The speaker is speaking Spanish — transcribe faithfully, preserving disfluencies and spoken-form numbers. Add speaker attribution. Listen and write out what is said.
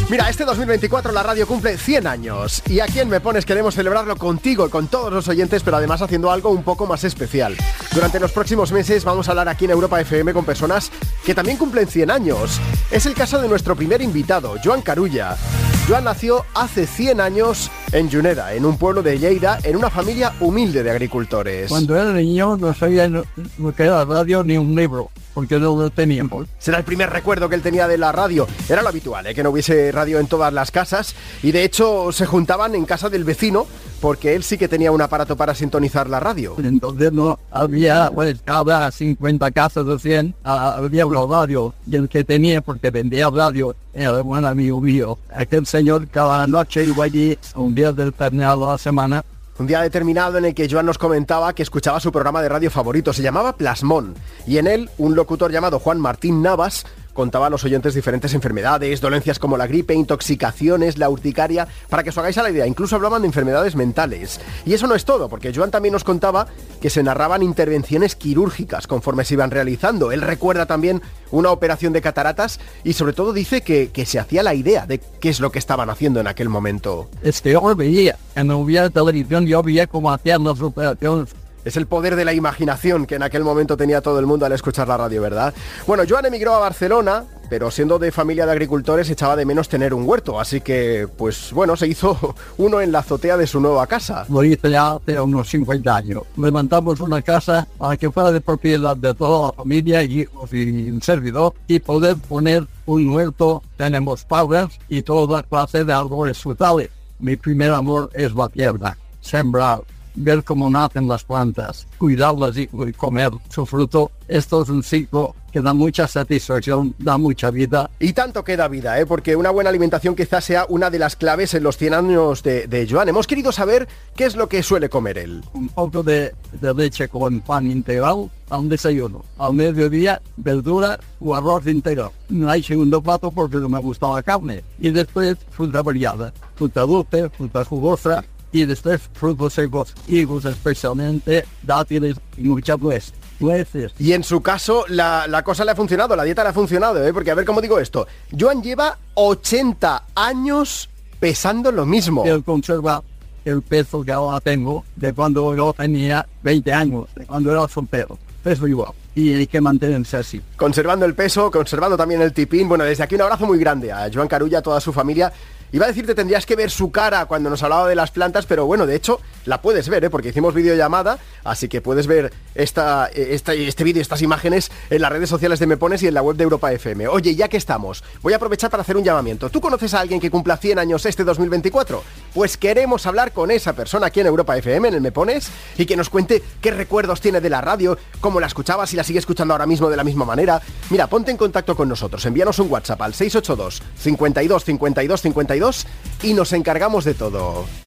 Speaker 1: Mira, este dos mil veinticuatro la radio cumple cien años y aquí en Me Pones queremos celebrarlo contigo y con todos los oyentes, pero además haciendo algo un poco más especial. Durante los próximos meses vamos a hablar aquí en Europa F M con personas que también cumplen cien años. Es el caso de nuestro primer invitado, Joan Carulla. Joan nació hace cien años en Juneda, en un pueblo de Lleida, en una familia humilde de agricultores.
Speaker 2: Cuando era niño no sabía lo que era radio ni un libro, porque no lo teníamos.
Speaker 1: Será el primer recuerdo que él tenía de la radio. Era lo habitual, ¿eh? Que no hubiese radio en todas las casas y de hecho se juntaban en casa del vecino porque él sí que tenía un aparato para sintonizar la radio.
Speaker 2: Entonces no había, pues cada cincuenta casas o cien había una radio y el que tenía, porque vendía radio, era un buen amigo mío. Aquel señor cada noche iba allí un día determinado a la semana.
Speaker 1: Un día determinado en el que Joan nos comentaba que escuchaba su programa de radio favorito, se llamaba Plasmón, y en él un locutor llamado Juan Martín Navas contaba a los oyentes diferentes enfermedades, dolencias como la gripe, intoxicaciones, la urticaria, para que os hagáis a la idea, incluso hablaban de enfermedades mentales. Y eso no es todo, porque Joan también nos contaba que se narraban intervenciones quirúrgicas conforme se iban realizando. Él recuerda también una operación de cataratas y sobre todo dice que, que se hacía la idea de qué es lo que estaban haciendo en aquel momento.
Speaker 2: Es que yo lo veía, en no hubiera televisión, yo veía cómo hacían las operaciones.
Speaker 1: Es el poder de la imaginación que en aquel momento tenía todo el mundo al escuchar la radio, ¿verdad? Bueno, Joan emigró a Barcelona, pero siendo de familia de agricultores echaba de menos tener un huerto, así que, pues bueno, se hizo uno en la azotea de su nueva casa.
Speaker 2: Lo hice ya hace unos cincuenta años. Levantamos una casa para que fuera de propiedad de toda la familia, hijos y un servidor, y poder poner un huerto. Tenemos pavas y toda clase de árboles frutales. Mi primer amor es la tierra, sembrar, ver cómo nacen las plantas, cuidarlas y, y comer su fruto. Esto es un ciclo que da mucha satisfacción, da mucha vida.
Speaker 1: Y tanto que da vida, ¿eh? Porque una buena alimentación quizás sea una de las claves en los cien años de, de Joan. Hemos querido saber qué es lo que suele comer él.
Speaker 2: Un poco de, de leche con pan integral a un desayuno. Al mediodía, verdura o arroz integral. No hay segundo plato porque no me gusta la carne. Y después, fruta variada. Fruta dulce, fruta jugosa. Y después frutos secos, higos especialmente, dátiles y muchas nueces. nueces.
Speaker 1: Y en su caso, la, la cosa le ha funcionado, la dieta le ha funcionado, ¿eh? Porque a ver cómo digo esto. Joan lleva ochenta años pesando lo mismo.
Speaker 2: Él conserva el peso que ahora tengo de cuando yo tenía veinte años, de cuando era soltero. Peso igual. Y hay que mantenerse así.
Speaker 1: Conservando el peso, conservando también el tipín. Bueno, desde aquí un abrazo muy grande a Joan Carulla, a toda su familia. Iba a decirte, tendrías que ver su cara cuando nos hablaba de las plantas, pero bueno, de hecho, la puedes ver, ¿eh? Porque hicimos videollamada, así que puedes ver esta, esta, este vídeo, estas imágenes en las redes sociales de Me Pones y en la web de Europa F M. Oye, ya que estamos, voy a aprovechar para hacer un llamamiento. ¿Tú conoces a alguien que cumpla cien años este dos mil veinticuatro? Pues queremos hablar con esa persona aquí en Europa F M, en el Me Pones, y que nos cuente qué recuerdos tiene de la radio, cómo la escuchaba, si la sigue escuchando ahora mismo de la misma manera. Mira, ponte en contacto con nosotros, envíanos un WhatsApp al seis ocho dos, cincuenta y dos, cincuenta y dos, cincuenta y dos y nos encargamos de todo.